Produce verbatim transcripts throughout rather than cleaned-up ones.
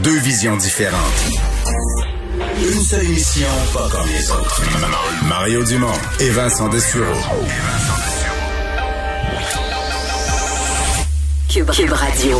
Deux visions différentes. Une seule émission, pas comme les autres. Mario Dumont et Vincent Dessureau. Cube, Cube Radio.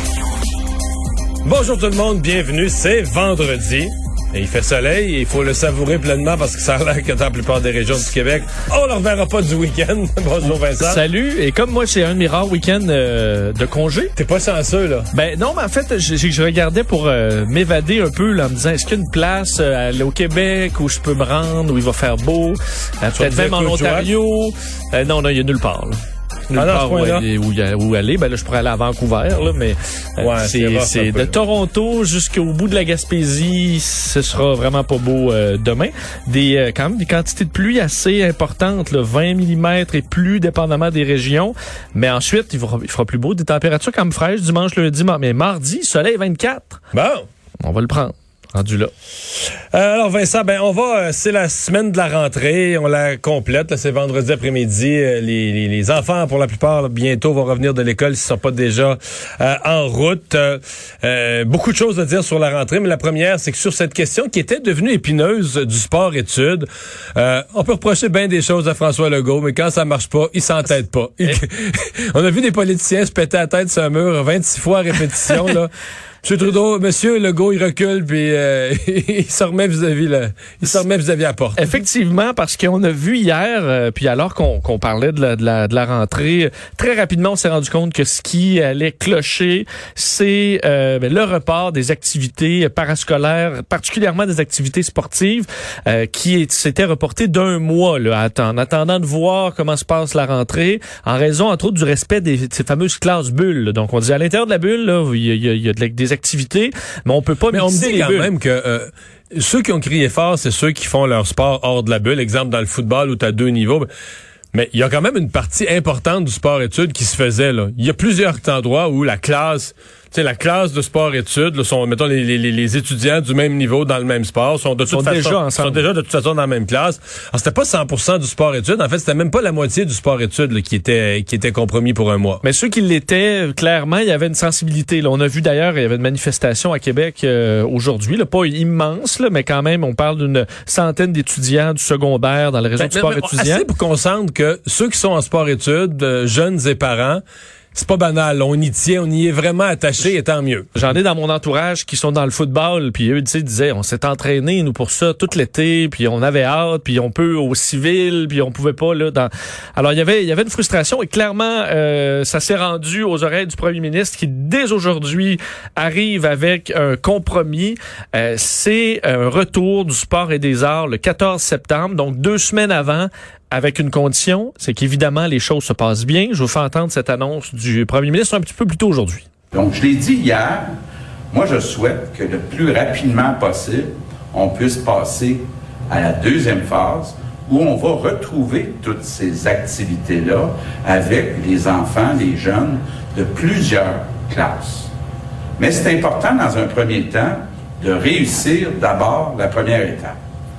Bonjour tout le monde, bienvenue, c'est vendredi. Et il fait soleil et il faut le savourer pleinement parce que ça a l'air que dans la plupart des régions du Québec, on ne reverra pas du week-end. Bonjour Vincent. Salut, et comme moi c'est un de mes rares week-ends euh, de congé. T'es pas chanceux là? Ben non, mais en fait, je, je regardais pour euh, m'évader un peu là, en me disant, est-ce qu'il y a une place euh, au Québec où je peux me rendre, où il va faire beau, euh, peut-être même en Ontario. Euh, non, non, il y a nulle part là. Nulle ah non, part où aller, où, où aller. Ben là, je pourrais aller à Vancouver, là, mais euh, ouais, c'est, c'est, c'est de Toronto jusqu'au bout de la Gaspésie, ce sera vraiment pas beau euh, demain. Des euh, quand même des quantités de pluie assez importantes, là, vingt millimètres et plus, dépendamment des régions. Mais ensuite, il fera, il fera plus beau. Des températures quand même fraîches dimanche, lundi, mais mardi, soleil vingt-quatre. Bon. On va le prendre. Rendu là. Euh, alors Vincent, ben on va, euh, c'est la semaine de la rentrée, on la complète, là, c'est vendredi après-midi. Euh, les, les, les enfants, pour la plupart, là, bientôt vont revenir de l'école s'ils ne sont pas déjà euh, en route. Euh, euh, beaucoup de choses à dire sur la rentrée, mais la première, c'est que sur cette question qui était devenue épineuse du sport-études, euh, on peut reprocher bien des choses à François Legault, mais quand ça marche pas, il s'entête pas. Il, on a vu des politiciens se péter la tête sur un mur vingt-six fois à répétition, là. Monsieur Trudeau, Monsieur Legault, il recule puis euh, il se remet vis-à-vis là, il se remet vis-à-vis la porte. Effectivement, parce qu'on a vu hier, euh, puis alors qu'on, qu'on parlait de la, de la de la rentrée, très rapidement on s'est rendu compte que ce qui allait clocher, c'est euh, ben, le report des activités parascolaires, particulièrement des activités sportives, euh, qui s'était reporté d'un mois là, en attendant de voir comment se passe la rentrée, en raison entre autres du respect des ces fameuses classes bulles. Là. Donc on dit à l'intérieur de la bulle, là, il y a, il y a, il y a de la, des activités, mais on peut pas. Mais on me dit quand bulles. même que euh, ceux qui ont crié fort, c'est ceux qui font leur sport hors de la bulle. Exemple dans le football où tu as deux niveaux. Mais il y a quand même une partie importante du sport-études qui se faisait là. Il y a plusieurs endroits où la classe, tu sais, la classe de sport-études, là, sont, mettons, les, les, les étudiants du même niveau dans le même sport, sont de toute sont façon, déjà ensemble. sont déjà de toute façon dans la même classe. Alors, c'était pas cent pour cent du sport-études. En fait, c'était même pas la moitié du sport-études, là, qui était, qui était compromis pour un mois. Mais ceux qui l'étaient, clairement, il y avait une sensibilité, là. On a vu d'ailleurs, il y avait une manifestation à Québec, euh, aujourd'hui, là, pas immense, là, mais quand même, on parle d'une centaine d'étudiants du secondaire dans la région Ben, du sport étudiant. Assez pour qu'on sente que ceux qui sont en sport-études, euh, jeunes et parents, c'est pas banal. On y tient, on y est vraiment attaché, et tant mieux. J'en ai dans mon entourage qui sont dans le football, puis eux, tu sais, disaient, on s'est entraînés, nous, pour ça, tout l'été, puis on avait hâte, puis on peut au civil, puis on pouvait pas, là, dans... Alors, il y avait, il y avait une frustration, et clairement, euh, ça s'est rendu aux oreilles du premier ministre, qui, dès aujourd'hui, arrive avec un compromis. Euh, c'est un retour du sport et des arts le quatorze septembre, donc deux semaines avant, avec une condition, c'est qu'évidemment, les choses se passent bien. Je vous fais entendre cette annonce du premier ministre un petit peu plus tôt aujourd'hui. Donc, je l'ai dit hier, moi, je souhaite que le plus rapidement possible, on puisse passer à la deuxième phase où on va retrouver toutes ces activités-là avec les enfants, les jeunes de plusieurs classes. Mais c'est important, dans un premier temps, de réussir d'abord la première étape.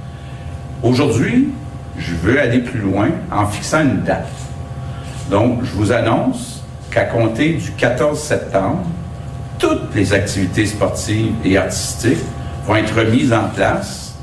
Aujourd'hui, je veux aller plus loin en fixant une date. Donc, je vous annonce qu'à compter du quatorze septembre, toutes les activités sportives et artistiques vont être mises en place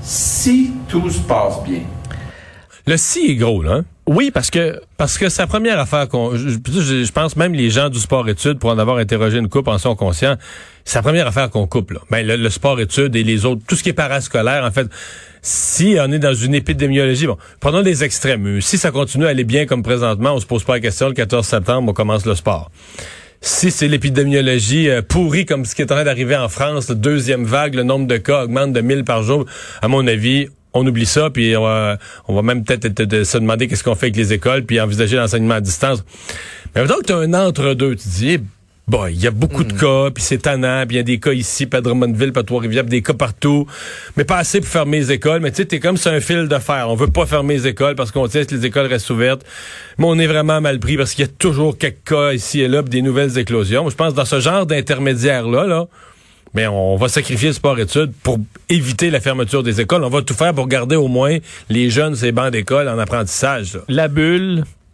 si tout se passe bien. Le si est gros, là. Hein? Oui, parce que... Parce que c'est la première affaire qu'on... Je, je, je pense même les gens du sport-études, pour en avoir interrogé une couple, en sont conscients, c'est la première affaire qu'on coupe, là. Ben, le, le sport-études et les autres, tout ce qui est parascolaire, en fait... Si on est dans une épidémiologie, bon, prenons des extrêmes. Si ça continue à aller bien comme présentement, on se pose pas la question, le quatorze septembre, on commence le sport. Si c'est l'épidémiologie euh, pourrie comme ce qui est en train d'arriver en France, la deuxième vague, le nombre de cas augmente de mille par jour, à mon avis, on oublie ça, puis on va, on va même peut-être de, de se demander qu'est-ce qu'on fait avec les écoles, puis envisager l'enseignement à distance. Mais maintenant que tu as un entre-deux, tu te dis... Bon, il y a beaucoup de cas, puis c'est tannant, puis il y a des cas ici, puis à Drummondville, puis à Trois-Rivières, puis des cas partout, mais pas assez pour fermer les écoles. Mais tu sais, t'es comme sur un fil de fer. On veut pas fermer les écoles parce qu'on sait que les écoles restent ouvertes, mais on est vraiment mal pris parce qu'il y a toujours quelques cas ici et là, puis des nouvelles éclosions. Je pense que dans ce genre d'intermédiaire-là, là, mais on va sacrifier le sport-études pour éviter la fermeture des écoles. On va tout faire pour garder au moins les jeunes ces bancs d'école en apprentissage. Là. La bulle...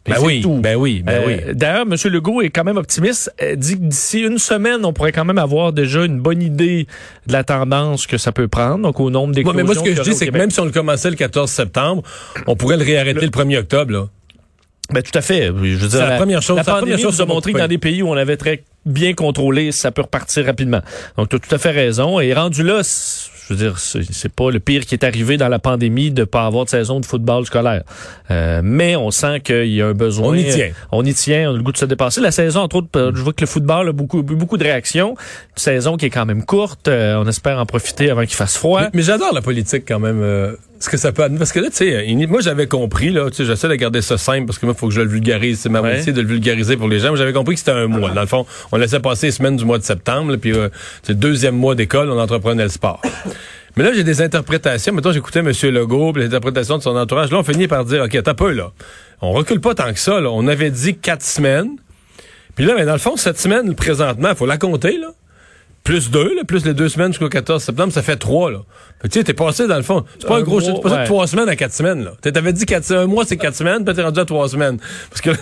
Et Ben c'est oui, tout. ben oui, ben Euh, oui. D'ailleurs, M. Legault est quand même optimiste. Euh, dit que d'ici une semaine, on pourrait quand même avoir déjà une bonne idée de la tendance que ça peut prendre, donc au nombre Ouais, d'éclosions. mais moi, ce que qu'il y je aurait dis, au c'est que Québec. même si on le commençait le quatorze septembre, on pourrait le réarrêter le, le premier octobre, là. Ben, tout à fait. Je veux dire, C'est la première chose. La c'est la pandémie première chose nous a qu'on montré peut que dans des pays où on avait très bien contrôlé, ça peut repartir rapidement. Donc, tu as tout à fait raison. Et rendu là, je veux dire, c'est, c'est pas le pire qui est arrivé dans la pandémie de pas avoir de saison de football scolaire. Euh, mais on sent qu'il y a un besoin. On y tient. On y tient. On a le goût de se dépasser. La saison, entre autres, je vois que le football a beaucoup, beaucoup de réactions. Une saison qui est quand même courte. Euh, on espère en profiter avant qu'il fasse froid. Mais, mais j'adore la politique quand même. Euh, ce que ça peut amener. Parce que là, tu sais, moi, j'avais compris, là, tu sais, j'essaie de garder ça simple parce que moi, il faut que je le vulgarise. C'est ma Ouais. métier de le vulgariser pour les gens. Mais j'avais compris que c'était un mois. Dans le fond, on laissait passer les semaines du mois de septembre, là, puis euh, c'est le deuxième mois d'école, on entreprenait le sport. Mais là, j'ai des interprétations. Mettons, j'écoutais M. Legault, les interprétations de son entourage. Là, on finit par dire, OK, attends un peu, là. On recule pas tant que ça, là. On avait dit quatre semaines. Puis là, mais dans le fond, cette semaine, présentement, il faut la compter, là. Plus deux, là, plus les deux semaines jusqu'au quatorze septembre, ça fait trois, là. Tu sais, t'es passé, dans le fond, c'est pas un, Un gros, mois, c'est passé ouais. de trois semaines à quatre semaines, là. T'avais dit quatre, un mois, c'est quatre semaines, puis t'es rendu à trois semaines. Parce que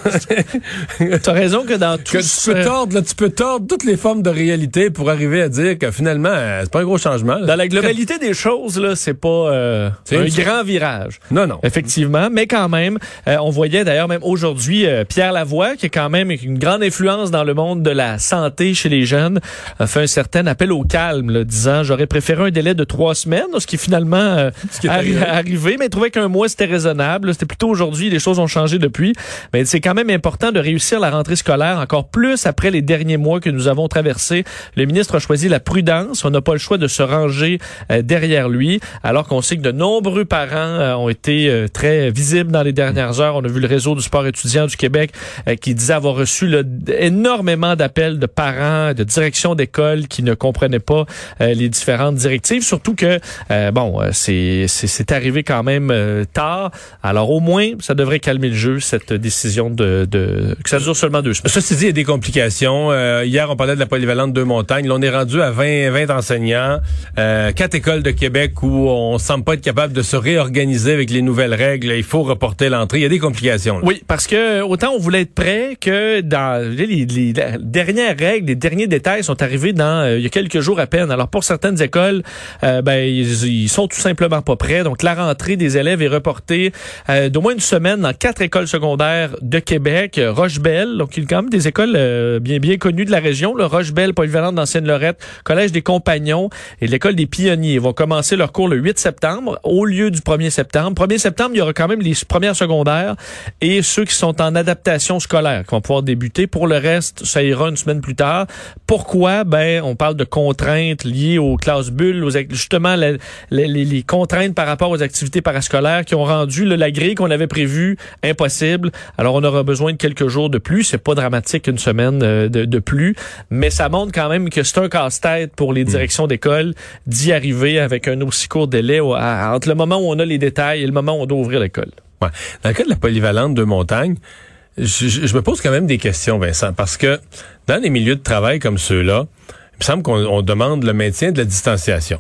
là, T'as raison que dans tout que tu ce- peux tordre, là, tu peux tordre toutes les formes de réalité pour arriver à dire que finalement, euh, c'est pas un gros changement, là. Dans la globalité des choses, là, c'est pas euh, C'est un une- grand virage. Non, non. Effectivement, mais quand même, euh, on voyait d'ailleurs même aujourd'hui euh, Pierre Lavoie, qui est quand même une grande influence dans le monde de la santé chez les jeunes, a fait un certain appel au calme, là, disant j'aurais préféré un délai de trois semaines, ce qui est finalement euh, Ce qui est arri- arrivé. arrivé, mais il trouvait qu'un mois c'était raisonnable. C'était plutôt aujourd'hui, les choses ont changé depuis. Mais c'est quand même important de réussir la rentrée scolaire encore plus après les derniers mois que nous avons traversés. Le ministre a choisi la prudence. On n'a pas le choix de se ranger euh, derrière lui, alors qu'on sait que de nombreux parents euh, ont été euh, très visibles dans les dernières heures. On a vu le réseau du sport étudiant du Québec euh, qui disait avoir reçu là, énormément d'appels de parents, de direction d'école qui ne comprenaient pas euh, les différentes directives. Surtout que, euh, bon, euh, c'est, c'est, c'est arrivé quand même euh, tard. Alors au moins, ça devrait calmer le jeu, cette décision de, de que ça dure seulement deux semaines. Ceci dit, il y a des complications. Euh, hier, on parlait de la polyvalente Deux-Montagnes. Là, on est rendu à vingt, vingt enseignants, euh, quatre écoles de Québec où on semble pas être capable de se réorganiser avec les nouvelles règles. Il faut reporter l'entrée. Il y a des complications, là. Oui, parce que autant on voulait être prêt que dans les, les, les dernières règles, les derniers détails sont arrivés dans euh, il y a quelques jours à peine. Alors pour certaines écoles, euh, ben ils, ils sont tout simplement pas prêts. Donc la rentrée des élèves est reportée euh, d'au moins une semaine dans quatre écoles secondaires de Québec. Euh, Rochebelle, donc il y a quand même des écoles euh, bien bien connues de la région. Le Rochebelle, polyvalente d'Ancienne-Lorette, Collège des Compagnons et l'école des Pionniers. Ils vont commencer leur cours le huit septembre au lieu du premier septembre. premier septembre, il y aura quand même les premières secondaires et ceux qui sont en adaptation scolaire qui vont pouvoir débuter. Pour le reste, ça ira une semaine plus tard. Pourquoi? Ben, on parle de contraintes liées aux classes bulles, aux, justement la, les, les, les contraintes par rapport aux activités parascolaires qui ont rendu là, la grille qu'on avait prévue impossible. Alors, on aura besoin de quelques jours de plus. C'est pas dramatique une semaine euh, de, de plus, mais ça montre quand même que c'est un casse-tête pour les directions d'école d'y arriver avec un aussi court délai au, à, entre le moment où on a les détails et le moment où on doit ouvrir l'école. Ouais. Dans le cas de la polyvalente Deux-Montagnes, je, je, je me pose quand même des questions, Vincent, parce que dans les milieux de travail comme ceux-là, il me semble qu'on on demande le maintien de la distanciation.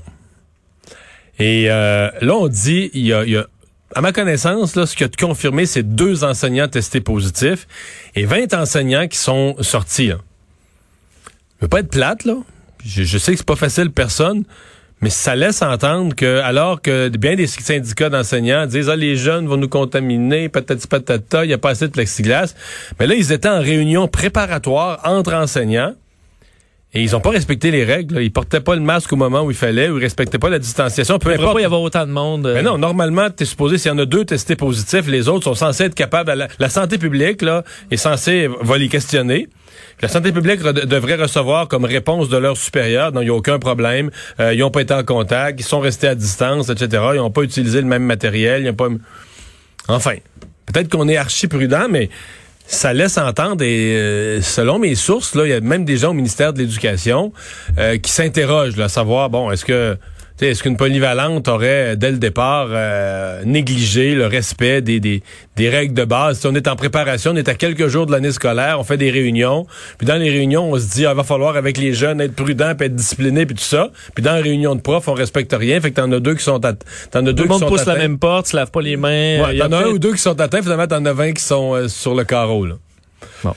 Et euh, là, on dit, il y a, il y a à ma connaissance, là, ce qui a confirmé, c'est deux enseignants testés positifs et vingt enseignants qui sont sortis. Là. Je veux pas être plate, là. Je, je sais que c'est pas facile, personne. Mais ça laisse entendre que, alors que bien des syndicats d'enseignants disent, ah, les jeunes vont nous contaminer, patati patata, il n'y a pas assez de plexiglas. Mais là, ils étaient en réunion préparatoire entre enseignants et ils n'ont pas respecté les règles. Là. Ils portaient pas le masque au moment où il fallait ou ils respectaient pas la distanciation. Peu Il ne devrait importe. pas y avoir autant de monde. Euh... Mais non, normalement, t'es supposé, s'il y en a deux testés positifs, les autres sont censés être capables, à la, la santé publique, là, est censée, va les questionner. La santé publique re- devrait recevoir comme réponse de leurs supérieurs, non, il n'y a aucun problème, euh, ils n'ont pas été en contact, ils sont restés à distance, et cetera. Ils n'ont pas utilisé le même matériel, ils n'ont pas... Enfin, peut-être qu'on est archi prudent, mais ça laisse entendre, et euh, selon mes sources, là, il y a même des gens au ministère de l'Éducation euh, qui s'interrogent, là, à savoir, bon, est-ce que T'sais, est-ce qu'une polyvalente aurait, dès le départ, euh, négligé le respect des, des, des règles de base? T'sais, on est en préparation, on est à quelques jours de l'année scolaire, on fait des réunions, puis dans les réunions, on se dit, ah, il va falloir avec les jeunes être prudent, puis être discipliné, puis tout ça. Puis dans les réunions de profs, on respecte rien, fait que t'en as deux qui sont à, t'en as deux Tout le monde qui sont pousse atteints. la même porte, se lave pas les mains. Ouais, t'en as fait... un ou deux qui sont atteints, finalement, t'en as vingt qui sont euh, sur le carreau, là. Bon.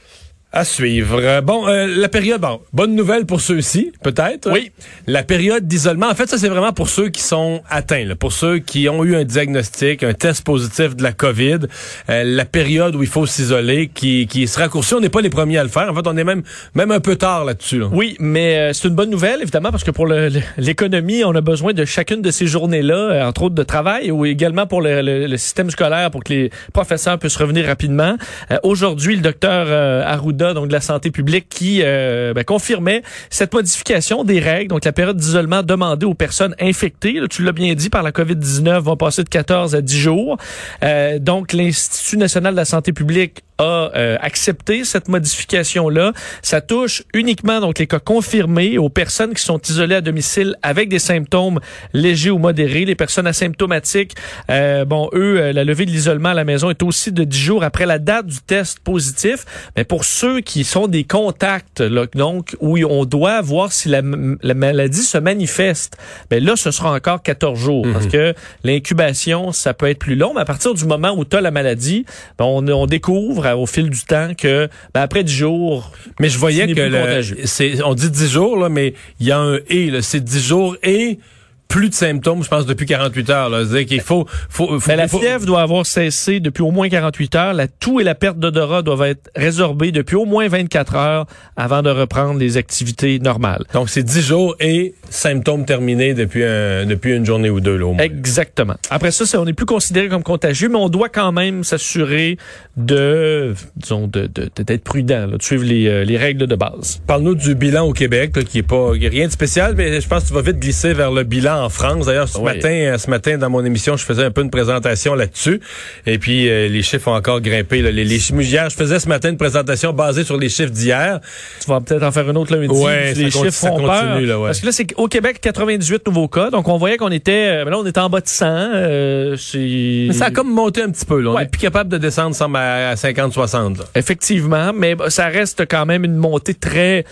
À suivre. Euh, bon, euh, la période, bon, bonne nouvelle pour ceux-ci, peut-être. Oui. La période d'isolement, en fait, ça, c'est vraiment pour ceux qui sont atteints, là, pour ceux qui ont eu un diagnostic, un test positif de la COVID. Euh, la période où il faut s'isoler, qui, qui se raccourcit. On n'est pas les premiers à le faire. En fait, on est même, même un peu tard là-dessus. Là. Oui, mais euh, c'est une bonne nouvelle, évidemment, parce que pour le, le, l'économie, on a besoin de chacune de ces journées-là, euh, entre autres de travail, ou également pour le, le, le système scolaire, pour que les professeurs puissent revenir rapidement. Euh, aujourd'hui, le docteur euh, Arruda, donc de la santé publique, qui euh, ben, confirmait cette modification des règles, donc la période d'isolement demandée aux personnes infectées, là, tu l'as bien dit, par la COVID dix-neuf, va passer de quatorze à dix jours. Euh, donc, l'Institut national de la santé publique a euh, accepté cette modification-là. Ça touche uniquement donc les cas confirmés aux personnes qui sont isolées à domicile avec des symptômes légers ou modérés. Les personnes asymptomatiques, euh, bon, eux, euh, la levée de l'isolement à la maison est aussi de dix jours après la date du test positif. Mais pour ceux qui sont des contacts, là, donc où on doit voir si la, la maladie se manifeste, ben là, ce sera encore quatorze jours. Mm-hmm. Parce que l'incubation, ça peut être plus long. Mais à partir du moment où tu as la maladie, ben on, on découvre au fil du temps que ben après dix jours, mais je voyais que le, c'est, on dit dix jours là, mais il y a un et là, c'est dix jours et plus de symptômes, je pense, depuis quarante-huit heures. Là. C'est-à-dire qu'il faut... faut, faut mais la faut... fièvre doit avoir cessé depuis au moins quarante-huit heures. La toux et la perte d'odorat doivent être résorbées depuis au moins vingt-quatre heures avant de reprendre les activités normales. Donc, c'est dix jours et symptômes terminés depuis, un, depuis une journée ou deux, là, au moins. Exactement. Après ça, c'est, on n'est plus considéré comme contagieux, mais on doit quand même s'assurer de, disons, de, de, de d'être prudent, là, de suivre les, les règles de base. Parle-nous du bilan au Québec, là, qui est pas qui est rien de spécial, mais je pense que tu vas vite glisser vers le bilan en France. D'ailleurs, ce oui. matin, ce matin, dans mon émission, je faisais un peu une présentation là-dessus. Et puis, euh, les chiffres ont encore grimpé. Là. Les, les, hier, je faisais ce matin une présentation basée sur les chiffres d'hier. Tu vas peut-être en faire une autre lundi. Ouais, les chiffres font continue, peur. Là, ouais. Parce que là, c'est au Québec, quatre-vingt-dix-huit nouveaux cas. Donc, on voyait qu'on était, là, on était en bas de cent. Euh, c'est... Mais ça a comme monté un petit peu. Là. On ouais. est plus capable de descendre semble, à cinquante soixante. Effectivement, mais ça reste quand même une montée très,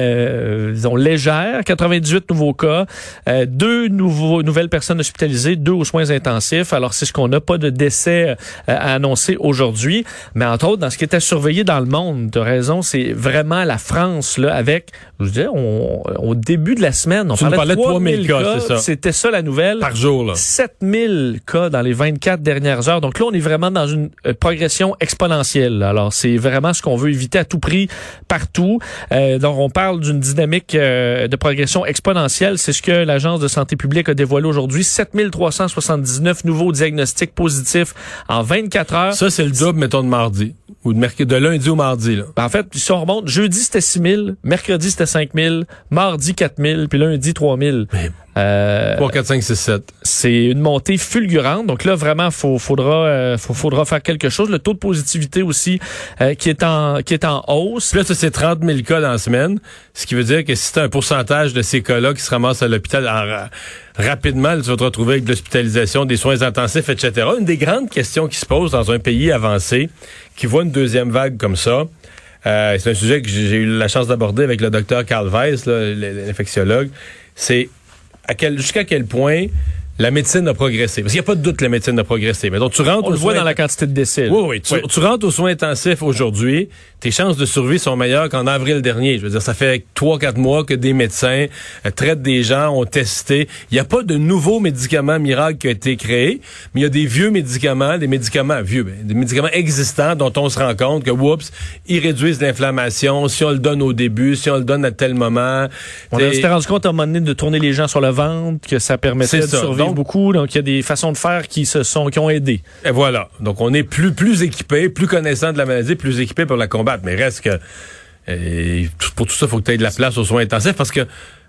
euh, disons, légère. quatre-vingt-dix-huit nouveaux cas. Euh, deux nouveaux, nouvelles personnes hospitalisées, deux aux soins intensifs. Alors, c'est ce qu'on n'a, pas de décès euh, à annoncer aujourd'hui. Mais entre autres, dans ce qui était surveillé dans le monde, tu as raison, c'est vraiment la France, là, avec, je veux dire, on, au début de la semaine, on tu parlait, parlais de trois mille cas, cas, c'est ça. C'était ça la nouvelle. Par jour, là. sept mille cas dans les vingt-quatre dernières heures. Donc là, on est vraiment dans une euh, progression exponentielle. Alors, c'est vraiment ce qu'on veut éviter à tout prix partout. Euh, donc, on parle d'une dynamique euh, de progression exponentielle. C'est ce que l'Agence de santé publique a dévoilé aujourd'hui. sept mille trois cent soixante-dix-neuf nouveaux diagnostics positifs en vingt-quatre heures. Ça, c'est le double, mettons, de mardi. Ou de, merc- de lundi au mardi, là. En fait, si on remonte, jeudi, c'était six mille, mercredi, c'était cinq mille, mardi, quatre mille, puis lundi, trois mille. Mais... Euh, trois, quatre, cinq, six, sept. C'est une montée fulgurante. Donc là, vraiment, faut, faudra, euh, faut, faudra faire quelque chose. Le taux de positivité aussi, euh, qui est en, qui est en hausse. Puis là, ça, c'est trente mille cas dans la semaine. Ce qui veut dire que si tu as un pourcentage de ces cas-là qui se ramassent à l'hôpital, en, rapidement, là, tu vas te retrouver avec de l'hospitalisation, des soins intensifs, et cetera. Une des grandes questions qui se posent dans un pays avancé, qui voit une deuxième vague comme ça, euh, c'est un sujet que j'ai eu la chance d'aborder avec le docteur Carl Weiss, là, l'infectiologue, c'est à quel, jusqu'à quel point la médecine a progressé. Parce qu'il n'y a pas de doute que la médecine a progressé. Mais donc, tu rentres On le voit dans la quantité de décès. Oui, oui. Tu, oui. tu rentres aux soins intensifs aujourd'hui, tes chances de survie sont meilleures qu'en avril dernier. Je veux dire, ça fait trois, quatre mois que des médecins euh, traitent des gens, ont testé. Il n'y a pas de nouveaux médicaments miracles qui ont été créés, mais il y a des vieux médicaments, des médicaments vieux, ben, des médicaments existants dont on se rend compte que, oups, ils réduisent l'inflammation si on le donne au début, si on le donne à tel moment. On s'était rendu compte à un moment donné de tourner les gens sur le ventre, que ça permettait de ça. survivre donc, beaucoup. Donc, il y a des façons de faire qui se sont, qui ont aidé. Et voilà. Donc, on est plus, plus équipé, plus connaissant de la maladie, plus équipé pour la combattre. Mais reste que, euh, pour tout ça, il faut que tu aies de la place aux soins intensifs parce que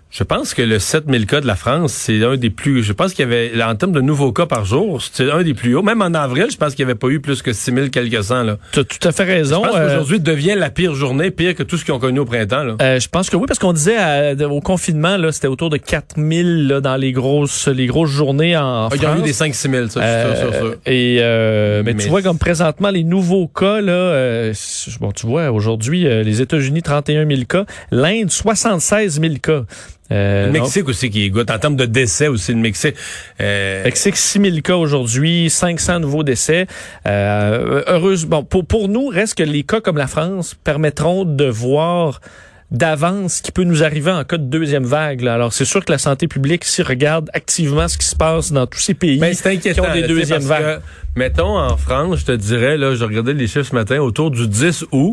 Je pense que le sept mille cas de la France, c'est un des plus... Je pense qu'il y avait, en termes de nouveaux cas par jour, c'est un des plus hauts. Même en avril, je pense qu'il n'y avait pas eu plus que six mille quelques cents. Là. Tu as tout à fait raison. Je pense euh... qu'aujourd'hui devient la pire journée, pire que tout ce qu'ils ont connu au printemps. Là. Euh, je pense que oui, parce qu'on disait à, au confinement, là, c'était autour de quatre mille là, dans les grosses les grosses journées en ah, France. Il y a eu des cinq six mille, ça, euh, je suis sûr, sûr, sûr. Et euh, mais, mais tu vois, comme présentement, les nouveaux cas, là, euh, bon, tu vois, aujourd'hui, euh, les États-Unis, trente et un mille cas. L'Inde, soixante-seize mille cas. Euh, le Mexique donc, aussi qui est goûte. En termes de décès aussi, le Mexique. Euh... Mexique, six mille cas aujourd'hui, cinq cents nouveaux décès. Euh, heureuse, bon, pour, pour nous, reste que les cas comme la France permettront de voir d'avance ce qui peut nous arriver en cas de deuxième vague. Là. Alors, c'est sûr que la santé publique, s'y regarde activement ce qui se passe dans tous ces pays ben, c'est qui ont des deuxièmes vagues. Que, mettons, en France, je te dirais, là, je regardais les chiffres ce matin, autour du dix août,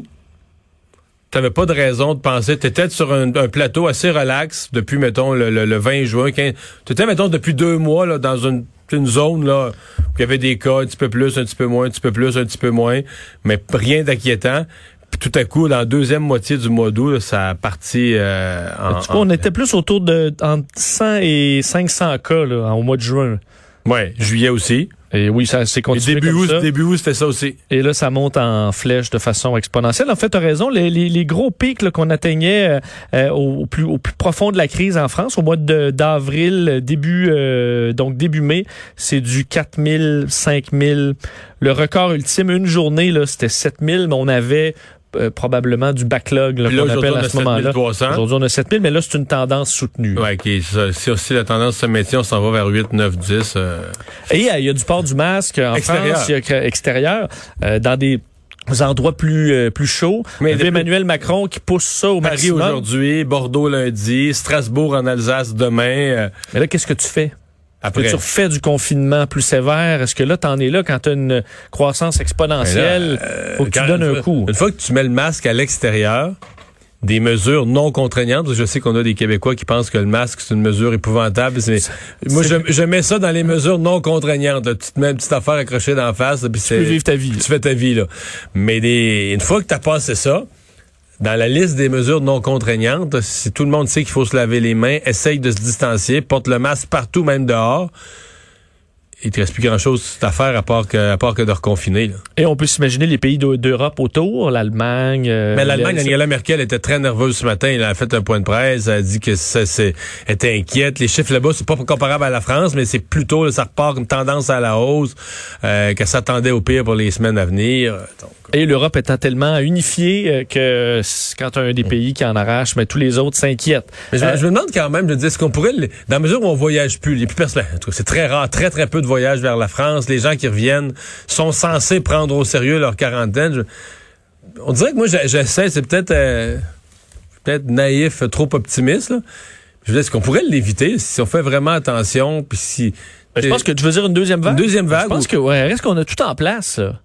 t'avais pas de raison de penser. T'étais sur un, un plateau assez relax depuis, mettons, le, le, le vingt juin. quinze T'étais, mettons, depuis deux mois là, dans une, une zone là où il y avait des cas un petit peu plus, un petit peu moins, un petit peu plus, un petit peu moins, mais rien d'inquiétant. Puis tout à coup, dans la deuxième moitié du mois d'août, là, ça a parti euh, en... Du coup, on était plus autour de entre cent et cinq cents cas là, au mois de juin. Ouais, juillet aussi. Et oui, ça s'est continué début comme août, ça. Début août, c'était ça aussi. Et là, ça monte en flèche de façon exponentielle. En fait, tu as raison, les, les, les gros pics là, qu'on atteignait euh, au, plus, au plus profond de la crise en France, au mois de, d'avril, début euh, donc début mai, c'est du quatre mille, cinq mille. Le record ultime, une journée, là, c'était sept mille, mais on avait... Euh, probablement du backlog là, là, qu'on appelle à ce moment-là. Aujourd'hui, on a sept mille, mais là, c'est une tendance soutenue. Oui, okay, si aussi la tendance se maintient, on s'en va vers huit, neuf, dix. Euh... Et il euh, y a du port du masque en extérieur. France, il y a extérieur, euh, dans des endroits plus euh, plus chauds. Mais il y a Emmanuel Macron qui pousse ça au Paris maximum. Paris aujourd'hui, Bordeaux lundi, Strasbourg en Alsace demain. Euh... Mais là, qu'est-ce que tu fais? Après. Tu refais du confinement plus sévère? Est-ce que là, t'en es là quand t'as une croissance exponentielle? Là, euh, faut que tu donnes un coup. Une fois que tu mets le masque à l'extérieur, des mesures non contraignantes, je sais qu'on a des Québécois qui pensent que le masque, c'est une mesure épouvantable. Mais c'est, moi, je, je mets ça dans les mesures non contraignantes. Là. Tu te mets une petite affaire accrochée d'en face. Là, puis tu peux vivre ta vie. Tu fais ta vie. Là. Mais des, une fois que tu as passé ça, dans la liste des mesures non contraignantes, si tout le monde sait qu'il faut se laver les mains, essaye de se distancier, porte le masque partout, même dehors, il te reste plus grand-chose à faire à part que, à part que de reconfiner. Là. Et on peut s'imaginer les pays d'Europe autour, l'Allemagne... Euh, Mais l'Allemagne, Angela Merkel était très nerveuse ce matin. Elle a fait un point de presse. Elle a dit que ça c'est, était inquiète. Les chiffres là-bas, c'est pas comparable à la France, mais c'est plutôt, là, ça repart une tendance à la hausse, euh, qu'elle s'attendait au pire pour les semaines à venir. Donc, et l'Europe étant tellement unifiée que quand tu as un des pays qui en arrache, mais tous les autres s'inquiètent. Mais je, euh, je me demande quand même, je dis, est-ce qu'on pourrait, dans la mesure où on voyage plus, il n'y a plus personne, c'est très rare, très très peu de voyages vers la France, les gens qui reviennent sont censés prendre au sérieux leur quarantaine. Je, on dirait que moi, j'essaie, c'est peut-être euh, peut-être naïf, trop optimiste, là. Je veux dire, est-ce qu'on pourrait l'éviter si on fait vraiment attention, puis si... Ben, je pense que tu veux dire une deuxième vague? Une deuxième vague? Je pense ou... que, ouais, est-ce qu'on a tout en place, là?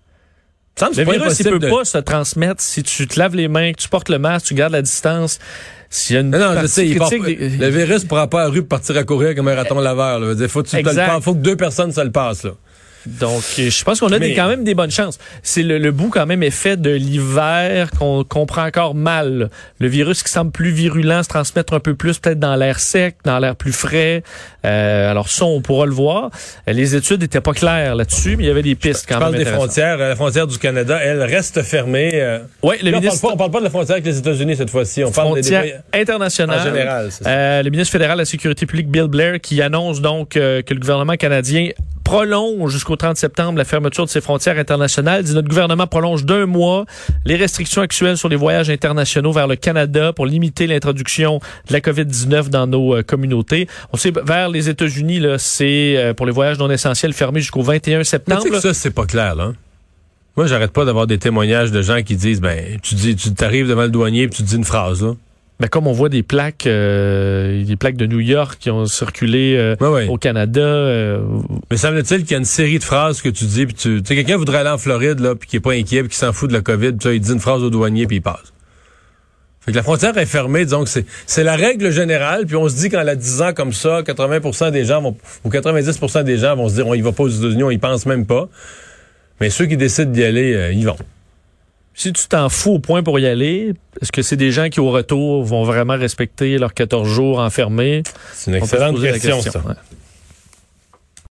Le virus, il peut de... pas se transmettre si tu te laves les mains, que tu portes le masque, tu gardes la distance. S'il y a une non, non, je sais, il part, des... le virus ne pourra pas à la rue pour partir à courir comme un raton laveur. Là. Il faut, que tu te le faut que deux personnes se le passent. Là. Donc, je pense qu'on a Mais... des, quand même des bonnes chances. C'est le, le bout quand même effet de l'hiver qu'on comprend encore mal. Là. Le virus qui semble plus virulent se transmettre un peu plus peut-être dans l'air sec, dans l'air plus frais. Euh, alors ça, on pourra le voir. Les études n'étaient pas claires là-dessus, mais il y avait des pistes quand je même. Je parle des frontières. La frontière du Canada, elle reste fermée. Euh... Oui, le là, ministre... on parle, pas, on parle pas de la frontière avec les États-Unis cette fois-ci. On parle des frontières internationales. En général, c'est ça. Euh, le ministre fédéral de la Sécurité publique, Bill Blair, qui annonce donc euh, que le gouvernement canadien prolonge jusqu'au trente septembre la fermeture de ses frontières internationales. Dit notre gouvernement prolonge d'un mois les restrictions actuelles sur les voyages internationaux vers le Canada pour limiter l'introduction de la covid dix-neuf dans nos euh, communautés. On sait, vers les États-Unis, là, c'est euh, pour les voyages non essentiels fermés jusqu'au vingt et un septembre. Mais tu sais que ça, c'est pas clair, là. Moi, j'arrête pas d'avoir des témoignages de gens qui disent, ben, tu dis, tu t'arrives devant le douanier puis tu dis une phrase, là. Ben, comme on voit des plaques, euh, des plaques de New York qui ont circulé euh, ouais, ouais. au Canada. Euh, Mais semble-t-il qu'il y a une série de phrases que tu dis, puis tu, tu sais, quelqu'un voudrait aller en Floride là, puis qui est pas inquiet, puis qui s'en fout de la COVID, puis il dit une phrase au douanier, puis il passe. Fait que la frontière est fermée, disons que c'est c'est la règle générale, puis on se dit qu'en la disant comme ça, quatre-vingts pour cent des gens vont, ou quatre-vingt-dix pour cent des gens vont se dire on y va pas aux États-Unis, on y pense même pas. Mais ceux qui décident d'y aller, euh, y vont. Si tu t'en fous au point pour y aller, est-ce que c'est des gens qui, au retour, vont vraiment respecter leurs quatorze jours enfermés? C'est une excellente question, question, ça. Ouais.